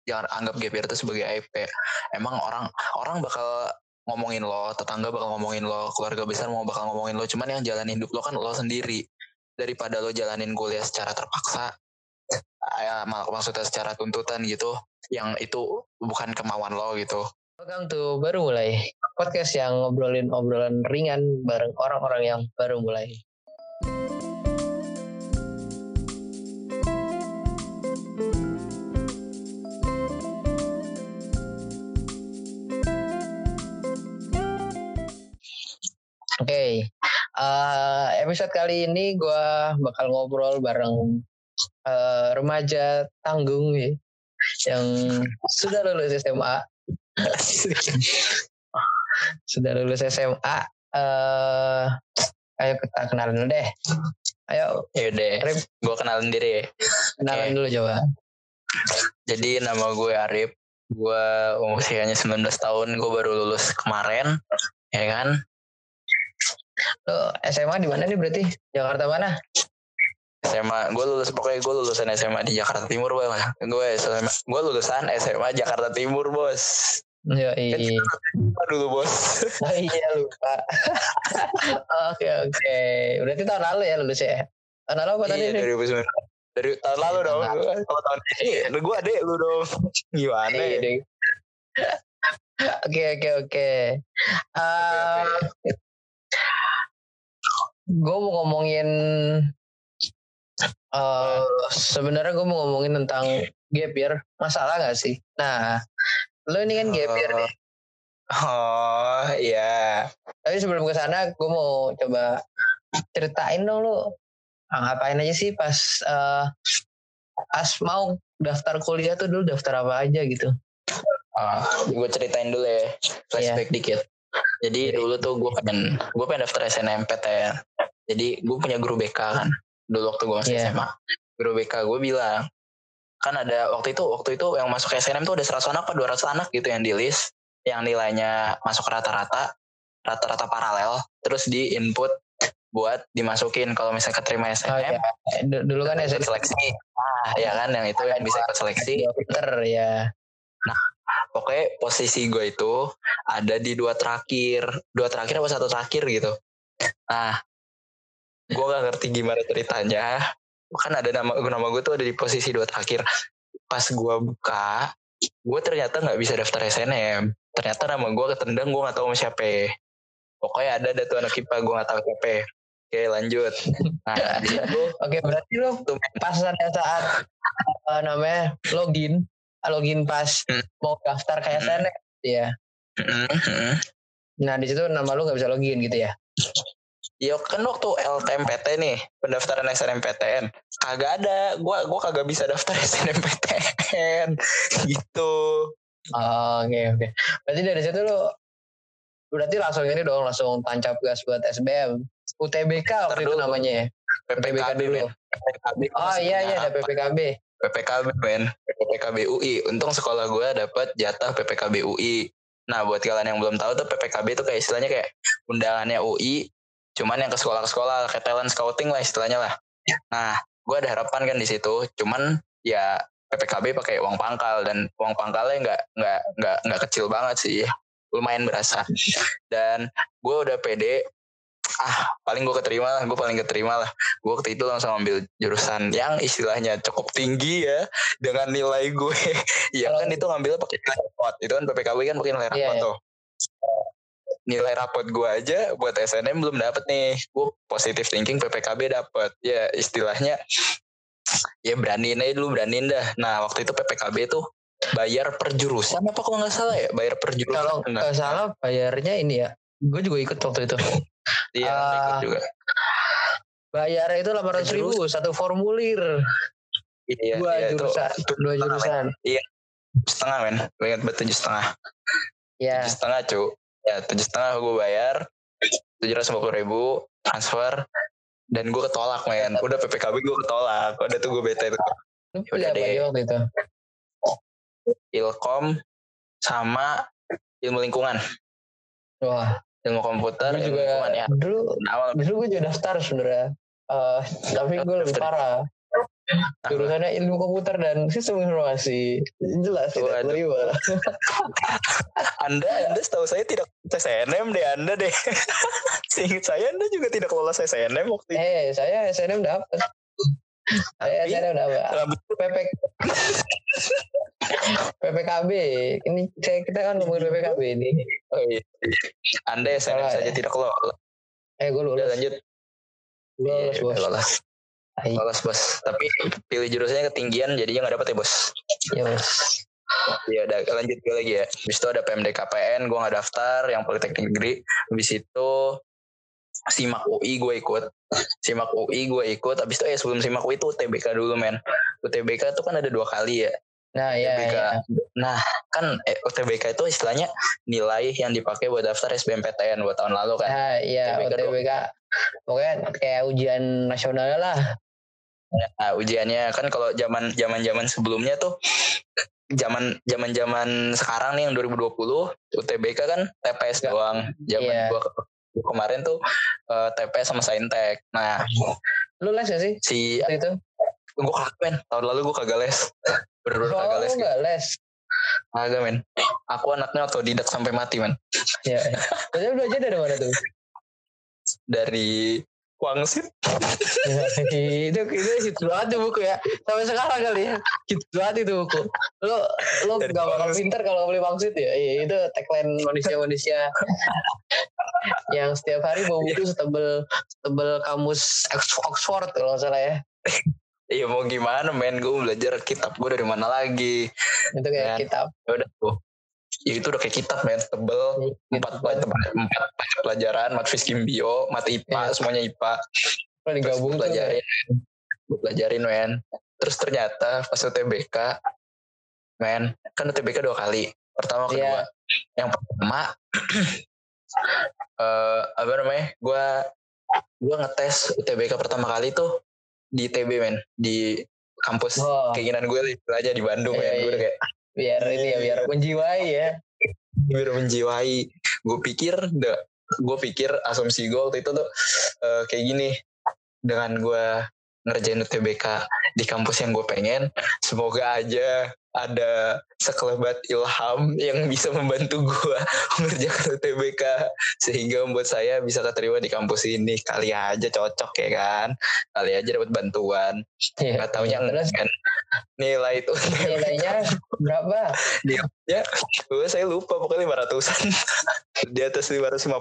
jangan anggap gap year itu sebagai aib ya. Emang orang bakal ngomongin lo, tetangga bakal ngomongin lo, keluarga besar mau bakal ngomongin lo, cuman yang jalanin hidup lo kan lo sendiri. Daripada lo jalanin kuliah secara terpaksa, ya maksudnya secara tuntutan gitu, yang itu bukan kemauan lo gitu. Welcome to Baru Mulai, podcast yang ngobrolin obrolan ringan bareng orang-orang yang baru mulai. Oke, episode kali ini gue bakal ngobrol bareng remaja tanggung ya, yang sudah lulus SMA. Sudah lulus SMA. Ayo kita kenalan dulu deh. Ayo. Yaudah, gue kenalin diri. Kenalan dulu coba. Jadi nama gue Arif. Gue usianya 19 tahun. Gue baru lulus kemarin, ya kan? Lo SMA di mana nih berarti? Jakarta mana? SMA, gue lulusan SMA di Jakarta Timur, bang. Gue lulusan SMA Jakarta Timur, bos. Ya iya. Dulu bos. Oh iya lupa. Oke. Berarti tahun lalu ya lulus ya? Tahun lalu apa tadi? Iya 2019. Dari tahun lalu dong. Kalau tahun ini, gue adek lu dong. Gimana? Oke. Gue mau ngomongin sebenarnya gue mau ngomongin tentang gap year. Masalah gak sih? Nah, lo ini kan gap year nih. Oh iya. Tapi sebelum ke sana gue mau coba ceritain dong lo ngapain aja sih pas mau daftar kuliah tuh dulu daftar apa aja gitu. Gue ceritain dulu ya, flashback dikit. Jadi dulu tuh gue pengen daftar SNMPTN. Jadi gue punya guru BK kan. Dulu waktu gue masih SMA. Guru BK gue bilang, kan ada waktu itu yang masuk SNM tuh ada 100 anak apa 200 anak gitu yang di list, yang nilainya masuk rata-rata paralel, terus di input buat dimasukin kalau misalnya keterima SNM. Dulu kan SNM seleksi. Ya kan yang itu yang bisa ikut seleksi. Ya. Nah, pokoknya posisi gue itu ada di dua terakhir apa satu terakhir gitu. Nah, gue gak ngerti gimana ceritanya. Kan ada nama gue tuh ada di posisi 2 terakhir. Pas gue buka, gue ternyata nggak bisa daftar SNM. Ternyata nama gue ketendang, gue nggak tahu sama siapa. Pokoknya ada tuh anak IPA, gue nggak tahu siapa. Oke, lanjut. Nah, oke, berarti lo pas pada saat namanya login pas mau daftar ke SNM, ya. Nah, di situ nama lo nggak bisa login gitu ya? Iya kan waktu LKMPT nih pendaftaran SNMPTN kagak ada, gue kagak bisa daftar SNMPTN gitu. Oke. Berarti dari situ lo berarti langsung tancap gas buat SBM. UTBK waktu itu namanya ya. PPKB dulu. Oh iya ada PPKB. PPKB UI. Untung sekolah gue dapat jatah PPKB UI. Nah buat kalian yang belum tahu tuh PPKB itu kayak istilahnya kayak undangannya UI. Cuman yang ke sekolah-sekolah kayak talent scouting lah istilahnya lah. Nah, gue ada harapan kan di situ. Cuman ya PPKB pakai uang pangkal dan uang pangkalnya nggak kecil banget sih, lumayan berasa. Dan gue udah pede. Paling gue keterima lah. Gue waktu itu langsung ambil jurusan yang istilahnya cukup tinggi ya dengan nilai gue. Ya kan itu ngambil pakai nilai rapot. Itu kan PPKB kan pakai nilai rapot tuh. Nilai rapot gue aja buat SNM belum dapet nih. Gue positive thinking PPKB dapet. Ya istilahnya ya beraniin dah. Nah waktu itu PPKB tuh bayar per jurusan apa kalau nggak salah ya? Bayar per jurusan. Kalau nggak salah bayarnya ini ya. Gue juga ikut waktu itu. Iya ikut juga. Bayarnya itu 800.000 satu formulir. Iya. Dua jurusan. Iya. 7,5 men. Gue ingat betul 7,5. Iya. 7,5 cu. Ya 7,5 gue bayar 750.000 transfer dan gue ketolak men. Udah PPKB gue ketolak. Udah tuh gue bete tuh. Udah deh waktu itu. Ilkom sama ilmu lingkungan. Wah, ilmu komputer ilmu lingkungan ya. Dulu gue juga daftar sebenarnya. Tapi gue lebih parah. Jurusannya ilmu komputer dan sistem informasi. Jelas tidak terima. Anda setahu saya tidak SNM deh Anda deh. Seingat saya Anda juga tidak lolos SNM waktu itu. Saya SNM dapat. Saya SNM dapat. PPKB. Ini kita kan ngomongin PPKB ini. Oh iya. Anda SNM saja tidak lolos. Gue lulus. Lanjut. Lolos bos. Tapi pilih jurusannya ketinggian jadinya nggak dapat ya bos. Iya bos. Ya udah lanjut lagi ya. Habis itu ada PMDKPN gue nggak daftar yang Politeknik Negeri. Habis itu SIMAK UI gue ikut. Habis itu sebelum SIMAK UI itu UTBK dulu men. UTBK itu kan ada 2 kali ya. Nah UTBK. Iya. Nah kan UTBK itu istilahnya nilai yang dipakai buat daftar SBMPTN buat tahun lalu kan. Nah iya UTBK. Pokoknya kayak ujian nasional lah. Nah ujiannya kan kalau zaman sebelumnya tuh zaman sekarang nih yang 2020 UTBK kan TPS doang. Zaman gua kemarin tuh TPS sama Saintek. Nah, lu les gak sih? Itu gue kagak men. Tahun lalu gue kagak les. Bener-bener kagak les. Kagak les. Kagak men. Aku anaknya otodidak sampai mati men. Iya. Jadi belajar dari mana tuh? Dari Wangsit. itu hits banget tuh buku ya. Sampai sekarang kali ya. Hits banget itu buku. Lo gak bakal pinter kalau beli Wangsit ya. Iya, itu tagline manusia-manusia yang setiap hari bawa buku setebel kamus Oxford kalau salah ya. Iya mau gimana men, gue belajar kitab gue dari mana lagi. Itu kayak kitab. Udah tuh. Ya itu udah kayak kitab men, tebel. 4 pelajaran, mat fisik bio, mat IPA, semuanya IPA. Digabung gue pelajarin men. Terus ternyata pas UTBK men, kan UTBK 2 kali. Pertama kedua. Yang pertama apa namanya? Gue ngetes UTBK pertama kali tuh di ITB men, di kampus keinginan gue aja di Bandung men. Gue udah kayak biar menjiwai ya. Biar menjiwai. Gue pikir asumsi gue waktu itu tuh kayak gini, dengan gue ngerjain UTBK di kampus yang gue pengen, semoga aja ada sekelebat ilham yang bisa membantu gue mengerjakan UTBK sehingga membuat saya bisa keterima di kampus ini. Kali aja cocok ya kan, kali aja dapat bantuan. Nggak taunya kan nilai itu nilainya berapa? Nilainya saya lupa, pokoknya 500-an. Di atas 550.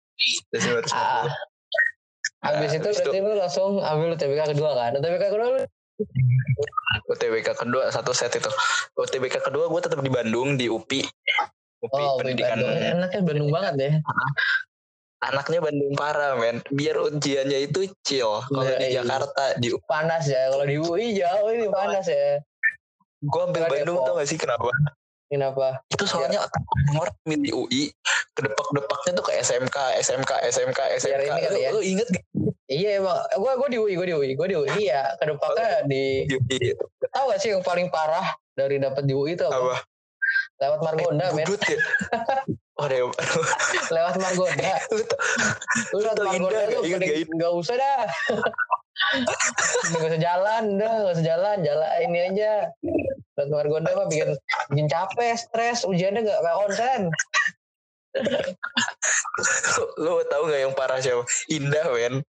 Habis itu berarti lu langsung ambil UTBK kedua kan? UTBK kedua satu set itu. UTBK kedua gue tetap di Bandung, di UPI. Pendidikan. Anaknya Bandung banget ya. Anaknya Bandung parah men. Biar ujiannya itu chill. Kalau di Jakarta di panas ya. Kalau di UI jauh ini panas ya. Gue ambil Bandung tau gak sih kenapa? Itu soalnya orang milih UI, kedepak-depaknya tuh ke SMK. Biar ini kali ya. Lu inget gak? Iya emang. Gue di UI ya. Kedepaknya di UI. Tahu gak sih yang paling parah dari dapat di UI itu apa? Lewat Margonda men. Ya? Lewat Margonda. Lu lewat Margonda tuh gak usah dah. Gak usah jalan ini aja. Lewat Margonda mah bikin capek, stres, ujiannya gak konsen. Lu tahu gak yang parah siapa? Indah men.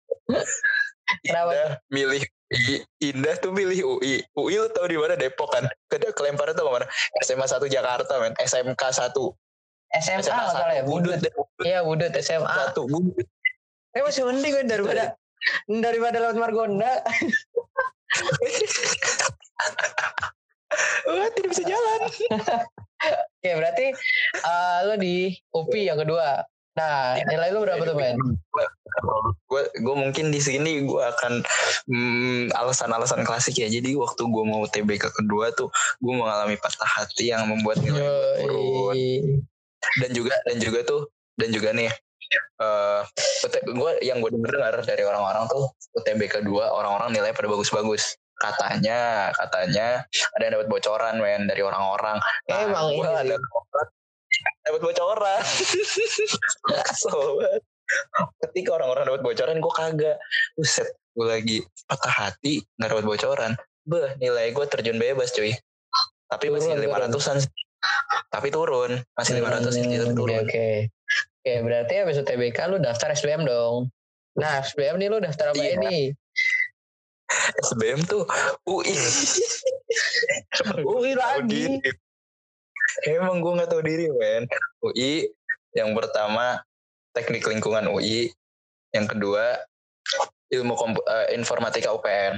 Indah tuh milih UI. UI lu tahu di mana? Depok kan. Kelemparnya tuh kemana? SMA 1 Jakarta men. SMK 1. SMA masalah ya. Budut. Iya Budut SMA 1 Budut. Masih mending kan daripada lewat Margonda. Tidak bisa jalan. Oke berarti lo di UPI yang kedua. Nah nilai lo berapa tuh men? Gue mungkin di sini gue akan alasan-alasan klasik ya. Jadi waktu gue mau UTBK kedua tuh gue mengalami patah hati yang membuat nilai gue turun. Dan juga nih gue dengar dari orang-orang tuh UTBK 2 orang-orang nilai pada bagus-bagus. Katanya ada yang dapat bocoran men dari orang-orang. Emang gue ada dapat bocoran. Kesel banget. Ketika orang-orang dapat bocoran gue kagak. Buset, gue lagi patah hati nggak dapat bocoran. nilai gue terjun bebas cuy. Tapi masih 500-an. Tapi turun, masih 500 gitu turun. Oke, berarti habis UTBK lu daftar SBM dong. Nah, SBM nih lu daftar apa ini? SBM tuh UI. UI lagi. Emang gue gak tahu diri men. UI yang pertama teknik lingkungan UI, yang kedua ilmu informatika UPN.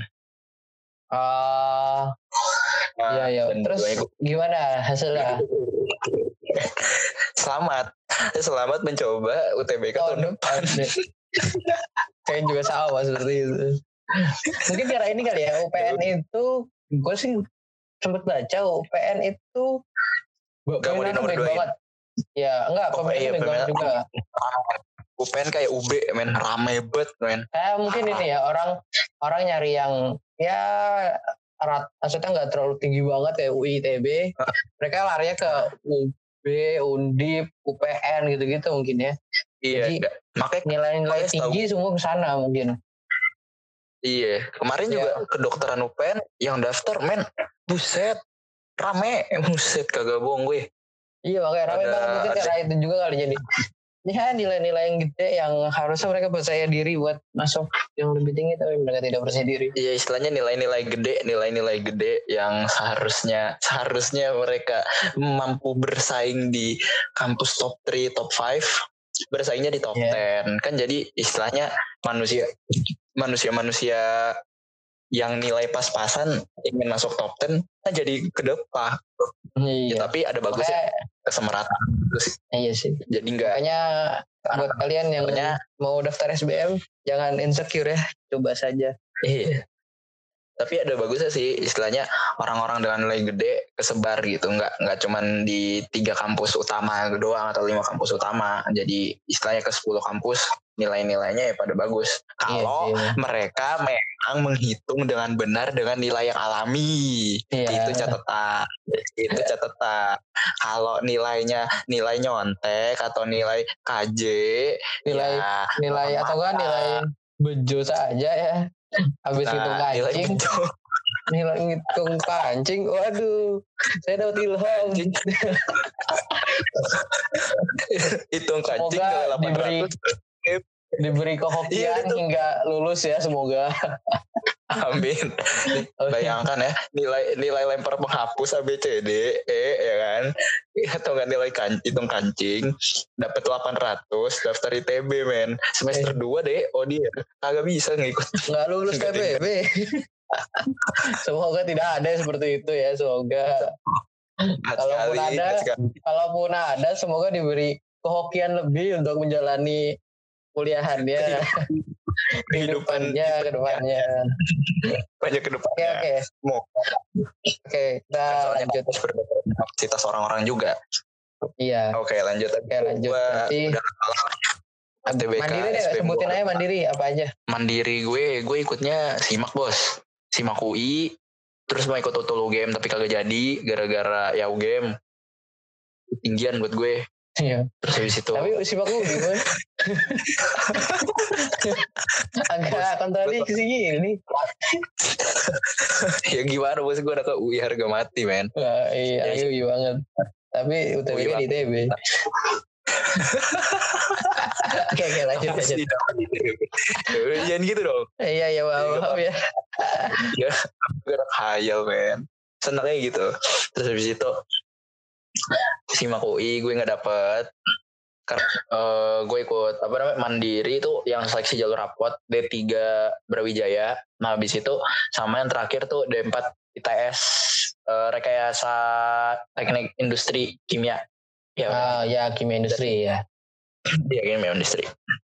Iya. Terus gimana hasilnya? Selamat mencoba UTBK tahun depan. Kayak juga sama seperti itu. Mungkin karena ini kali ya, UPN itu gue sih sempat baca UPN itu gak mau di nomor 2 banget. Ya enggak, peminatnya juga. UPN kayak UB men, rame banget men. Mungkin ini ya, orang nyari yang ya maksudnya nggak terlalu tinggi banget kayak UI, ITB. Mereka larinya ke UB, Undip, UPN gitu-gitu mungkin ya. Iya. Jadi makanya nilai-nilai tinggi semua ke sana mungkin. Iya, kemarin juga kedokteran UPN yang daftar men, buset, rame, buset kagak bohong gue. Iya makanya rame banget, mungkin karena itu juga kali jadi. Ya nilai-nilai yang gede yang harusnya mereka percaya diri buat masuk yang lebih tinggi tapi mereka tidak percaya diri. Iya, istilahnya nilai-nilai gede yang seharusnya mereka mampu bersaing di kampus top 3, top 5, bersaingnya di top 10. Kan jadi istilahnya manusia yang nilai pas-pasan ingin masuk top 10 kan jadi ke depan. Iya. Ya, tapi ada bagusnya kesemerataan terus. Iya sih. Jadi enggak. Makanya buat kalian yang mau daftar SBM jangan insecure ya, coba saja. Iya. Tapi ada bagusnya sih, istilahnya orang-orang dengan nilai gede kesebar gitu, nggak cuman di 3 kampus utama doang atau 5 kampus utama, jadi istilahnya ke 10 kampus nilai-nilainya ya pada bagus. Kalau mereka memang menghitung dengan benar dengan nilai yang alami, itu catatan. Kalau nilai nyontek atau nilai KJ, nilai atau kan nilai bejo saja ya. Habis hitung kancing, nilai ngitung kancing, waduh, saya dapat ilham. Hitung kancing semoga diberi kehokian hingga lulus ya, semoga. Amin. Bayangkan ya, nilai lempar penghapus ABCD ya kan, atau nggak nilai hitung kancing dapat 800 daftar ITB men, semester 2 deh. Oh dia kagak bisa ngikut, nggak lulus PBB. Semoga tidak ada seperti itu ya, semoga. Kalaupun ada semoga diberi kehokian lebih untuk menjalani kuliahannya, kehidupannya. Banyak kedepannya. Oke, kita lanjut. Kapasitas orang-orang juga. Iya. Oke, lanjut. Berarti Mandiri deh, sebutin aja Mandiri apa aja. Mandiri gue ikutnya SIMAK bos, SIMAK UI. Terus mau ikut Utulu UGM tapi kagak jadi gara-gara ya UGM tinggian buat gue. Iya. Terus habis itu. Tapi SIMAK UI gue. Agak kontradiksi gini. Ya gimana bos, gue udah ke UI harga mati men. Iya UI banget. Tapi UTBK di ITB. Oke, lanjut. Jangan gitu dong. Iya maaf ya. Ya, gue udah khayal men. Senangnya gitu. Terus habis itu SIMAK UI gue nggak dapet. Gue ikut Mandiri itu yang seleksi jalur rapot D3 Brawijaya. Nah habis itu sama yang terakhir tuh D4 ITS rekayasa teknik industri kimia. Ya kimia industri ya. Iya kimia industri.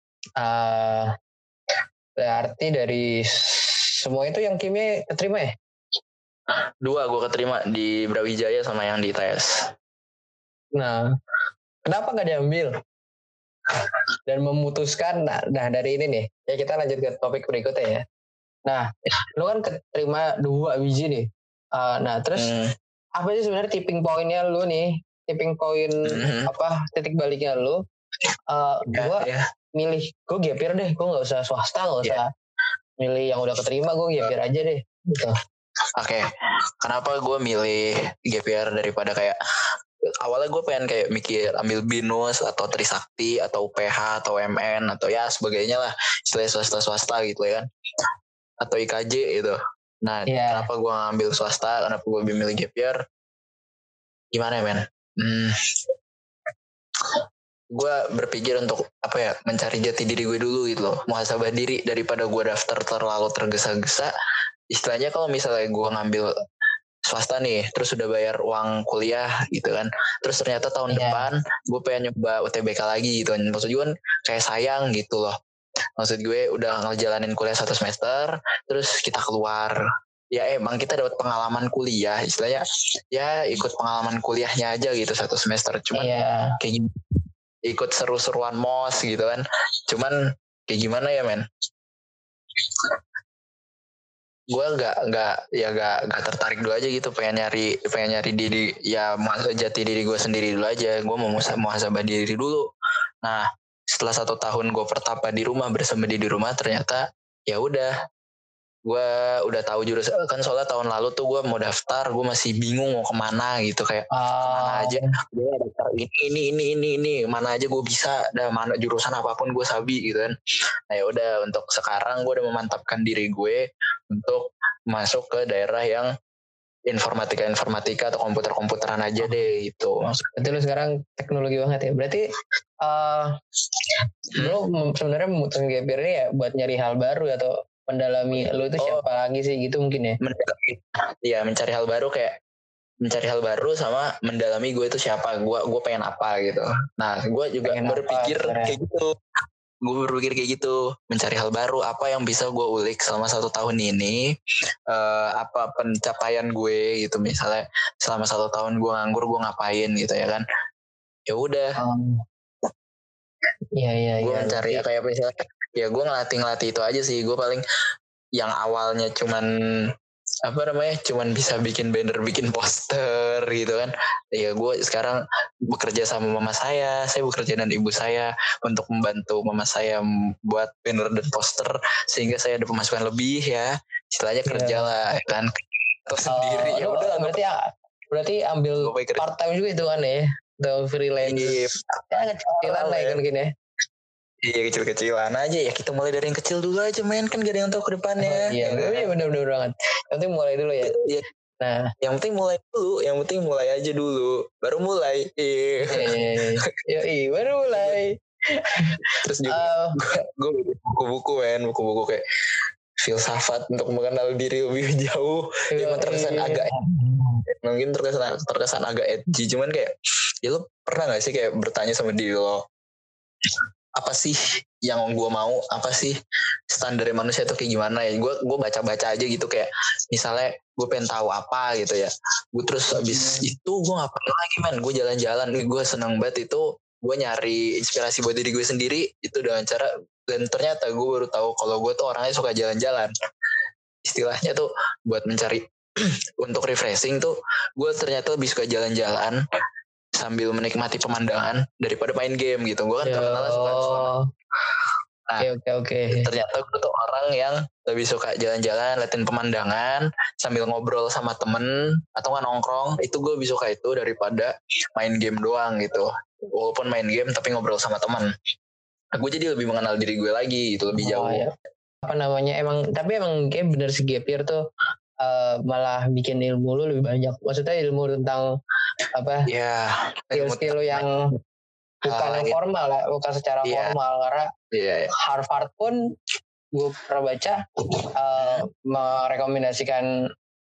Berarti dari semua itu yang kimia keterima ya? 2 gue keterima di Brawijaya sama yang di ITS. Nah, kenapa nggak diambil dan memutuskan? Nah dari ini nih, ya kita lanjut ke topik berikutnya ya. Nah, lu kan keterima 2 biji nih. Nah terus apa sih sebenarnya tipping pointnya lu nih? Tipping point apa titik baliknya lu? Gue milih gue gapir deh, gue nggak usah swasta, nggak usah milih yang udah keterima, gue gapir aja deh. Gitu. Oke, kenapa gue milih gap year daripada kayak awalnya gue pengen kayak mikir ambil binus atau trisakti atau PH atau MN atau ya sebagainya lah, istilah swasta gitu ya kan, atau IKJ gitu. Nah, kenapa gue ngambil swasta, kenapa gue milih gap year, gimana ya men? Gue berpikir untuk apa ya, mencari jati diri gue dulu gitu loh, muhasabah diri, daripada gue daftar terlalu tergesa-gesa. Istilahnya kalau misalnya gue ngambil swasta nih, terus udah bayar uang kuliah gitu kan, terus ternyata tahun depan gue pengen nyoba UTBK lagi gitu kan, maksud gue kan kayak sayang gitu loh. Maksud gue udah ngejalanin kuliah 1 semester, terus kita keluar, ya emang kita dapat pengalaman kuliah, istilahnya ya ikut pengalaman kuliahnya aja gitu 1 semester, cuman kayak gini, ikut seru-seruan mos gitu kan, cuman kayak gimana ya men, gue nggak tertarik dulu aja gitu, pengen nyari diri ya, jati diri gue sendiri dulu aja, gue mau muhasabah diri dulu. Nah setelah 1 tahun gue pertapa di rumah, bersemedi di rumah, ternyata ya udah, gue udah tahu jurusan kan, soalnya tahun lalu tuh gue mau daftar, gue masih bingung mau kemana gitu, kayak kemana aja gue daftar ini mana aja gue bisa, dan mana jurusan apapun gue sabi gitu kan. Nah ya udah, untuk sekarang gue udah memantapkan diri gue untuk masuk ke daerah yang informatika atau komputeran aja deh itu. Berarti lu sekarang teknologi banget ya. Berarti lu sebenarnya memutuskan gap year ini ya buat nyari hal baru atau mendalami lu itu siapa lagi sih gitu mungkin ya? Iya, mencari hal baru, kayak mencari hal baru sama mendalami gue itu siapa, gue pengen apa gitu. Nah gue juga berpikir kayak gitu. Gue berpikir kayak gitu, mencari hal baru, apa yang bisa gue ulik selama 1 tahun ini, apa pencapaian gue gitu, misalnya selama 1 tahun gue nganggur gue ngapain gitu ya kan. Ya udah, gue mencari kayak misalnya ya gue ngelatih itu aja sih. Gue paling yang awalnya cuman bisa bikin banner, bikin poster gitu kan, ya gue sekarang bekerja sama mama saya bekerja dengan ibu saya untuk membantu mama saya buat banner dan poster, sehingga saya ada pemasukan lebih ya, istilahnya kerja lah kan, atau sendiri. Ya udah, berarti ambil part time juga itu kan ya, atau freelance ya, kecilan lah kan gini ya. Iya, kecil-kecilan aja ya, kita mulai dari yang kecil dulu aja men, kan gak ada yang tahu ke depannya. Iya bener-bener banget, yang penting mulai dulu ya. Nah yang penting mulai aja dulu, baru mulai. Baru mulai. Terus juga gue buku-buku kayak filsafat untuk mengenal diri lebih jauh. Emang terkesan agak mungkin terkesan agak edgy, cuman kayak ya lo pernah gak sih kayak bertanya sama diri lo, apa sih yang gue mau, apa sih standar manusia itu kayak gimana ya. Gue baca-baca aja gitu, kayak misalnya gue pengen tahu apa gitu ya, gue terus abis itu gue ngapain lagi men, gue jalan-jalan. Gue seneng banget itu, gue nyari inspirasi buat diri gue sendiri itu dengan cara, dan ternyata gue baru tahu kalau gue tuh orangnya suka jalan-jalan, istilahnya tuh buat mencari untuk refreshing tuh, gue ternyata lebih suka jalan-jalan sambil menikmati pemandangan daripada main game gitu. Gue kan terkenal suka. Oke. Ternyata gue tuh orang yang lebih suka jalan-jalan, liatin pemandangan sambil ngobrol sama temen atau nggak nongkrong. Itu gue lebih suka itu daripada main game doang gitu. Walaupun main game tapi ngobrol sama temen, gue jadi lebih mengenal diri gue lagi gitu, lebih jauh. Ya. Apa namanya, emang game bener sih gap year tuh malah bikin ilmu lu lebih banyak. Maksudnya ilmu tentang apa? Skill yang bukan yang formal lah, bukan secara formal, karena Harvard pun gue pernah baca merekomendasikan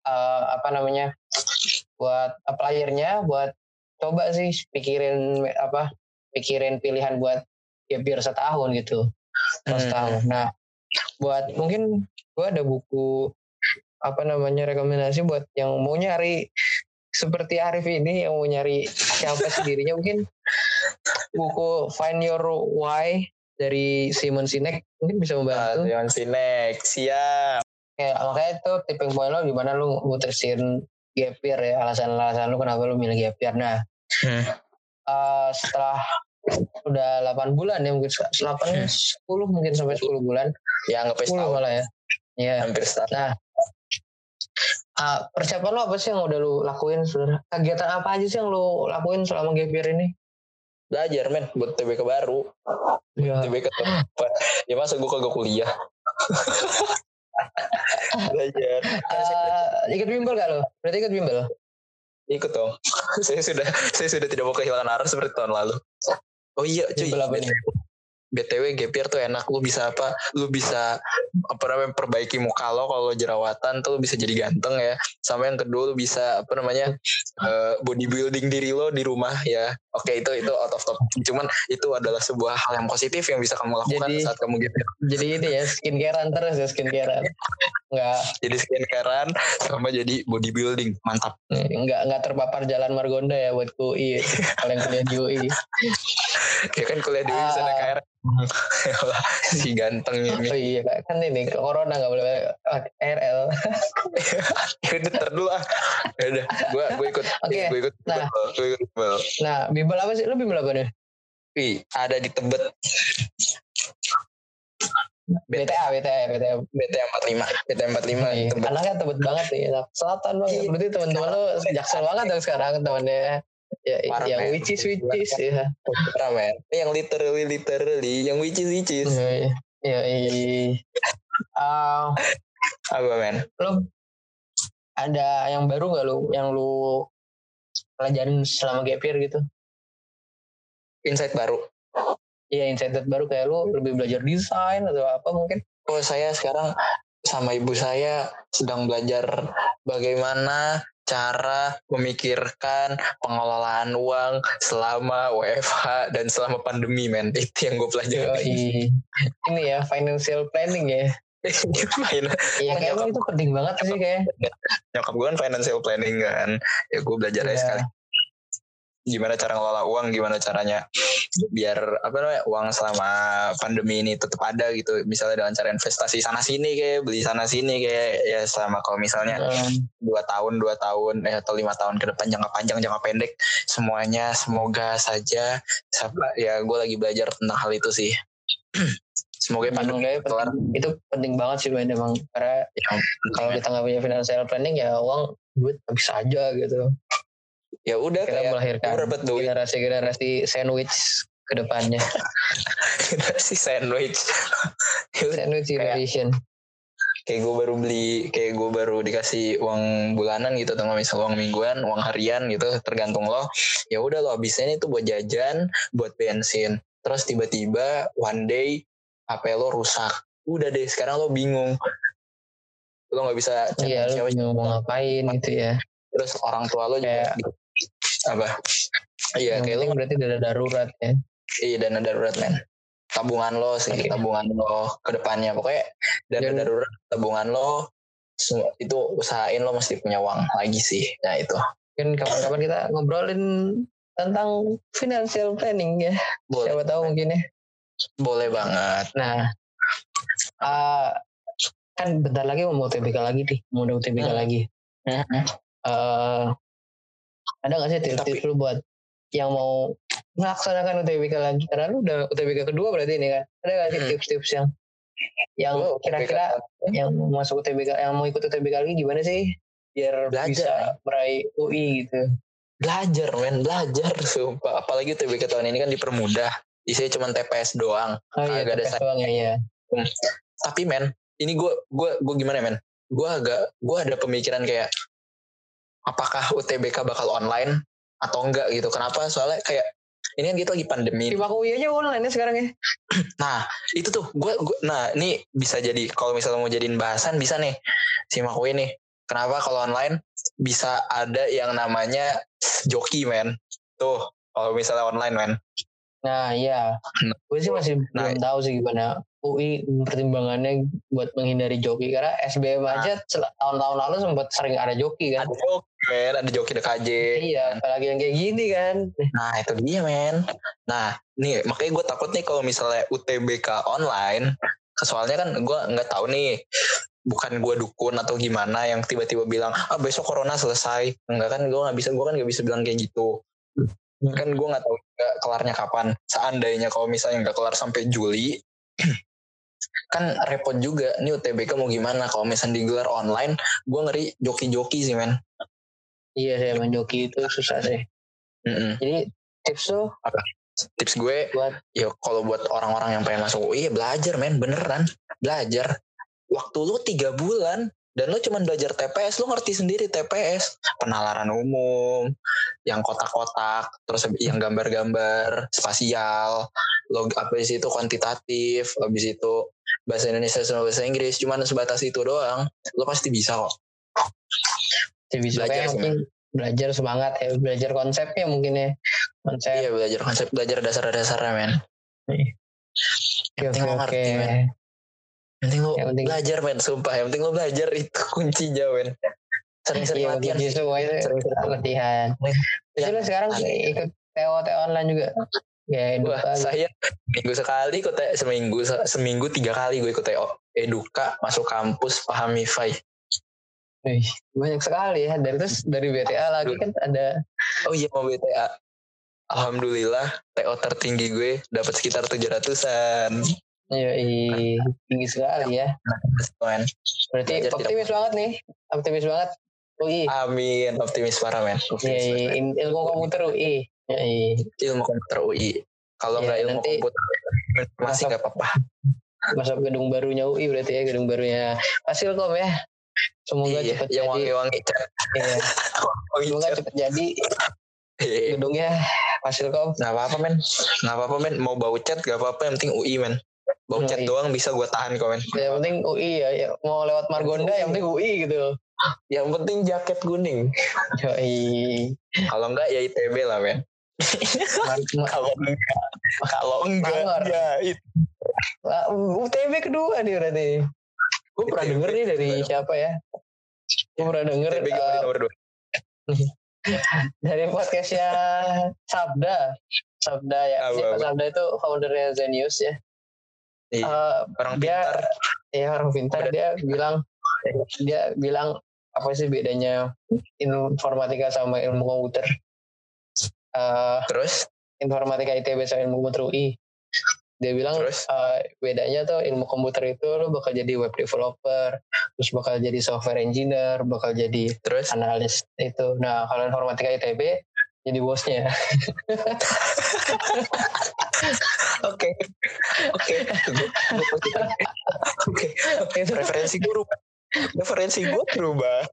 buat applyernya buat coba sih pikirin pilihan buat gap year 1 tahun gitu, 1 tahun. Nah buat mungkin gue ada buku rekomendasi buat yang mau nyari seperti Arif ini, yang mau nyari siapa sendirinya, mungkin buku Find Your Why dari Simon Sinek mungkin bisa membantu. Simon Sinek, siap. Ya, makanya itu tipping point lo gimana lu mutusin gap year ya, alasan-alasan lu kenapa lu milih gap year. Nah setelah udah 8 bulan ya, mungkin 10 mungkin sampai 10 bulan ya, nggak 10 malah ya. Hampir setahun. Nah Persiapan lo apa sih yang udah lu lakuin sebenarnya? Kegiatan apa aja sih yang lu lakuin selama gap year ini? Belajar men buat TBK baru. Ya. TBK apa? Ya masa gue kagak kuliah. Belajar. Ikut bimbel gak lo? Berarti ikut bimbel? Ikut dong. saya sudah tidak mau kehilangan arah seperti tahun lalu. Oh iya cuy. Bimbel apa nih? BTW gap year tuh enak, lu bisa perbaiki muka lo kalau jerawatan tuh lu bisa jadi ganteng ya. Sama yang kedua lu bisa bodybuilding diri lo di rumah ya. Oke, itu out of topic. Cuman itu adalah sebuah hal yang positif yang bisa kamu lakukan saat kamu gap year. Jadi ini ya skincarean terus ya skincarean. Enggak. Jadi skincarean sama jadi bodybuilding, mantap. Enggak terpapar jalan Margonda ya buat UI. Kalau yang kuliah di UI. Ya kan kuliah di UI bisa naik KRL. Si ganteng ini. Oh iya kan ini corona nggak boleh KRL. Ya udah dulu Ya udah, gue ikut. Oke. Gue ikut. Nah, bimbel apa sih? Lu bimbel apa nih? Ada di Tebet. BTA 45. Anaknya Tebet banget nih. Selatan banget. Berarti teman-teman lu jaksel banget dong sekarang temannya. Ya, yang which is ya. Parah men. Yang literally yang which is. Iya. Apa men? Lu ada yang baru nggak lu yang lu pelajarin selama gap year gitu? Insight baru. Iya, insight baru kayak lu lebih belajar desain atau apa mungkin? Oh, saya sekarang sama ibu saya sedang belajar bagaimana cara memikirkan pengelolaan uang selama WFH dan selama pandemi men. Itu yang gue pelajari. Ini ya financial planning ya. Iya kayaknya itu penting banget sih kayak. Nyokap gue kan financial planning kan. Ya gue belajar aja sekali. Gimana cara ngelola uang, gimana caranya biar uang selama pandemi ini tetap ada gitu. Misalnya dengan cara investasi sana sini kayak beli sana sini kayak ya selama kalau misalnya 2 tahun atau 5 tahun ke depan, jangka panjang jangka pendek semuanya semoga saja ya gue lagi belajar tentang hal itu sih. Semoga pandemi kelar. Itu penting banget sih men emang karena kalau kita nggak punya financial planning ya uang duit habis aja gitu. Ya udah kita melahirkan generasi sandwich ke depannya. Generasi sandwich generation. Kayak gue baru dikasih uang bulanan gitu atau misal uang mingguan, uang harian gitu tergantung lo. Ya udah lo habisin itu buat jajan, buat bensin. Terus tiba-tiba one day HP lo rusak. Udah deh sekarang lo bingung. Lo nggak bisa lo bingung mau ngapain gitu ya. Terus orang tua lo juga apa? Iya kayak lo berarti dana darurat ya. Iya dana darurat men. Tabungan lo tabungan lo ke depannya pokoknya dana darurat tabungan lo itu usahain lo mesti punya uang lagi sih. Nah itu. Mungkin kapan-kapan kita ngobrolin tentang financial planning ya. Boleh. Siapa tahu mungkin ya. Boleh banget. Nah, kan bentar lagi mau UTBK lagi nih, mau UTBK lagi. Ada nggak sih tips-tips lu buat yang mau melaksanakan UTBK lagi? Karena lu udah UTBK kedua berarti ini kan. Ada nggak sih tips-tips yang kira-kira yang masuk UTBK, yang mau ikut UTBK lagi gimana sih? Biar bisa meraih UI gitu. Belajar sumpah. Apalagi UTBK tahun ini kan dipermudah. Isinya cuma TPS doang. Oh iya, TPS doang ya. Tapi men, ini gue gimana men? Gue ada pemikiran kayak apakah UTBK bakal online atau enggak gitu. Kenapa? Soalnya kayak ini kan kita lagi pandemi. Simak UI aja online sekarang ya. Nah itu tuh nah ini bisa jadi kalau misalnya mau jadiin bahasan bisa nih simak UI nih. Kenapa kalau online bisa ada yang namanya joki men. Tuh kalau misalnya online men. Nah iya, gue sih masih belum tahu sih gimana UI pertimbangannya buat menghindari joki karena SBM aja tahun-tahun lalu sempat sering ada joki kan. Ada joki DKJ. Iya, apalagi yang kayak gini kan. Nah itu dia men. Nah nih makanya gue takut nih kalau misalnya UTBK online, soalnya kan gue nggak tahu nih. Bukan gue dukun atau gimana yang tiba-tiba bilang besok corona selesai. Enggak kan gue kan nggak bisa bilang kayak gitu. Kan gue nggak tahu juga kelarnya kapan. Seandainya kalau misalnya nggak kelar sampai Juli, kan repot juga nih UTBK mau gimana kalau misalnya digelar online. Gue ngeri joki-joki sih men. Iya sih emang joki itu susah sih. Jadi tips tuh tips gue buat ya kalau buat orang-orang yang pengen masuk UI belajar men, beneran belajar. Waktu lu 3 bulan dan lu cuma belajar TPS, lu ngerti sendiri TPS, penalaran umum, yang kotak-kotak, terus yang gambar-gambar spasial, habis itu kuantitatif, habis itu bahasa Indonesia sama bahasa Inggris, cuma sebatas itu doang, lu pasti bisa kok. bisa kayak mungkin belajar semangat ya, belajar konsepnya mungkin ya, konsep. Iya, belajar konsep, belajar dasar-dasarnya men. Yang penting lo ngerti men. Yang penting belajar men, sumpah. Yang penting lo belajar, itu kuncinya men. Sering-sering latihan sih. Semua itu latihan. Terus lo sekarang ikut TO online juga? Ya, Wah, saya minggu sekali ikut seminggu 3 kali gue ikut TO. Eduka, masuk kampus, paham MIFI. Banyak sekali ya. Dari BTA lagi kan ada. Oh iya, mau BTA. Alhamdulillah TO tertinggi gue dapat sekitar 700-an. Iya, tinggi sekali ya. Berarti optimis banget nih. Optimis banget. UI. Amin, optimis parah men. Iya, ilmu komputer UI. Ilmu komputer UI. Kalau nggak ilmu komputer masih nggak apa-apa. Masuk gedung barunya UI berarti ya, gedung barunya Fasilkom ya. Semoga cepat yang jadi. Wangi-wangi cat. Iya. Semoga cepat jadi. Gedungnya Fasilkom. Nggak apa-apa men. Mau bau cat nggak apa-apa, yang penting UI men. Bau cat doang bisa gue tahan kok men. Yang penting UI ya. Mau lewat Margonda yang penting UI gitu. Yang penting jaket kuning. Kalau enggak ya ITB lah men. Kalau enggak ya itu. UTB kedua nih berarti. Gue pernah denger nih dari siapa ya? Gue pernah denger dari podcastnya Sabda ya. Sabda itu foundernya Zenius ya. Orang pintar. Orang pintar. Dia bilang apa sih bedanya informatika sama ilmu komputer? Terus? Informatika ITB sama ilmu komputer UI. Dia bilang bedanya tuh ilmu komputer itu lo bakal jadi web developer, terus bakal jadi software engineer, bakal jadi analis itu. Nah kalau informatika ITB jadi bosnya. Oke. Referensi gue berubah.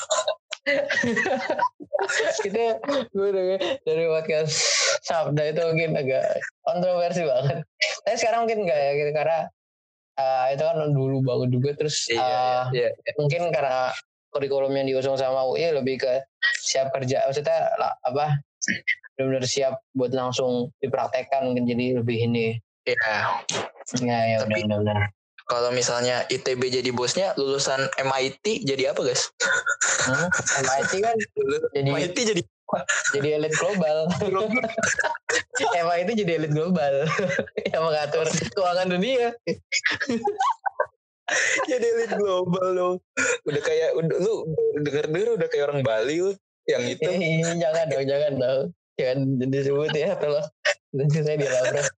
Kita gue dari podcast Sabda itu mungkin agak kontroversi banget. Tapi sekarang mungkin enggak ya gitu, karena itu kan dulu banget juga. Terus mungkin karena kurikulum yang diusung sama UI lebih ke siap kerja, maksudnya benar-benar siap buat langsung dipraktekkan, mungkin jadi lebih ini. Ya benar-benar. Kalau misalnya ITB jadi bosnya, lulusan MIT jadi apa guys? MIT kan jadi elit global. MIT jadi elit global yang mengatur keuangan dunia. Jadi elit global loh. Udah kayak lu denger udah kayak orang Bali lu yang itu. Jangan dong. Jangan disebut ya, tolong. Nanti saya dilabrak.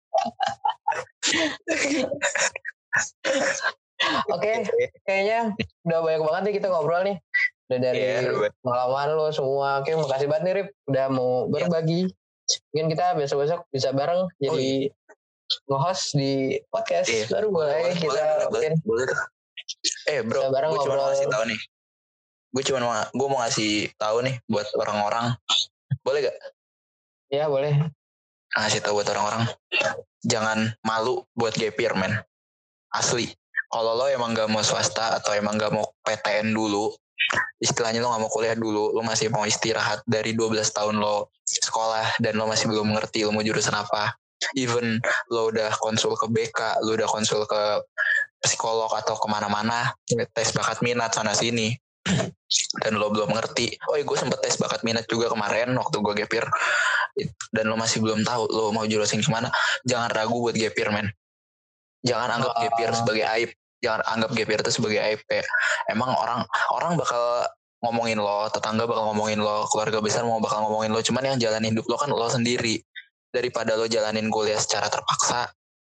Oke, kayaknya udah banyak banget nih kita ngobrol nih. Udah dari pengalaman lo semua. Oke, makasih banget nih Rip udah mau berbagi. Mungkin kita besok-besok bisa bareng jadi nge-host di podcast baru boleh kita mungkin. Boleh. Bro, gue cuma mau ngasih tahu nih. Gue mau ngasih tahu nih buat orang-orang. Boleh gak? Ya boleh. Ngasih tahu buat orang-orang. Jangan malu buat gap year men. Asli. Kalau lo emang gak mau swasta atau emang gak mau PTN dulu, istilahnya lo gak mau kuliah dulu, lo masih mau istirahat dari 12 tahun lo sekolah dan lo masih belum mengerti lo mau jurusan apa. Even lo udah konsul ke BK, lo udah konsul ke psikolog atau kemana-mana, tes bakat minat sana sini, dan lo belum mengerti. Gue sempet tes bakat minat juga kemarin waktu gue gap year, dan lo masih belum tahu lo mau jurusan kemana. Jangan ragu buat gap year men. Jangan anggap gap year sebagai aib. Jangan anggap gap year itu sebagai aib. Kayak emang orang bakal ngomongin lo, tetangga bakal ngomongin lo, keluarga besar mau bakal ngomongin lo. Cuman yang jalanin hidup lo kan lo sendiri. Daripada lo jalanin kuliah secara terpaksa,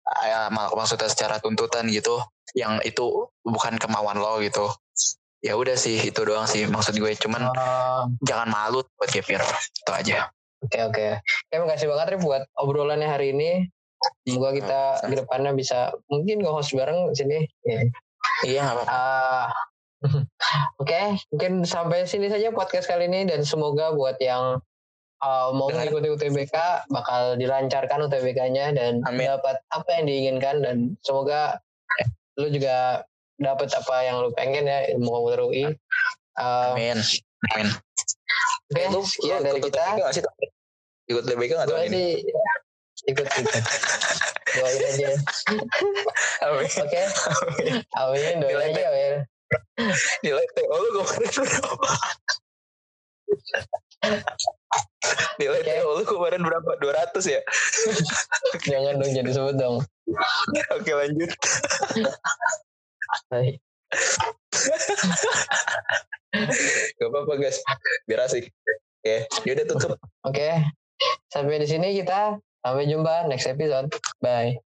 maksudnya secara tuntutan gitu, yang itu bukan kemauan lo gitu. Ya udah sih, itu doang sih maksud gue. Cuman jangan malu buat gap year, itu aja. Oke. Terima kasih banget Rif buat obrolannya hari ini. Semoga kita ke depannya bisa mungkin nge-host bareng sini. Iya nggak apa-apa. Oke, mungkin sampai sini saja podcast kali ini, dan semoga buat yang mau mengikuti UTBK bakal dilancarkan UTBK-nya dan dapat apa yang diinginkan, dan semoga lu juga dapat apa yang lu pengen ya, ilmu komputer UI. Amin. Oke, sekian dari kita. Ikut UTBK nggak tahun ini? Ikut. Doain aja. Oke. Amin, doain aja ya. Nilai TO lu kemarin berapa? Nilai TO lu kemarin berapa? 200 ya? Jangan dong, jadi sebut dong. Oke, lanjut. Baik. Gak apa-apa guys, biar asik. Oke, yaudah tutup. Oke. Sampai di sini kita. Sampai jumpa next episode. Bye.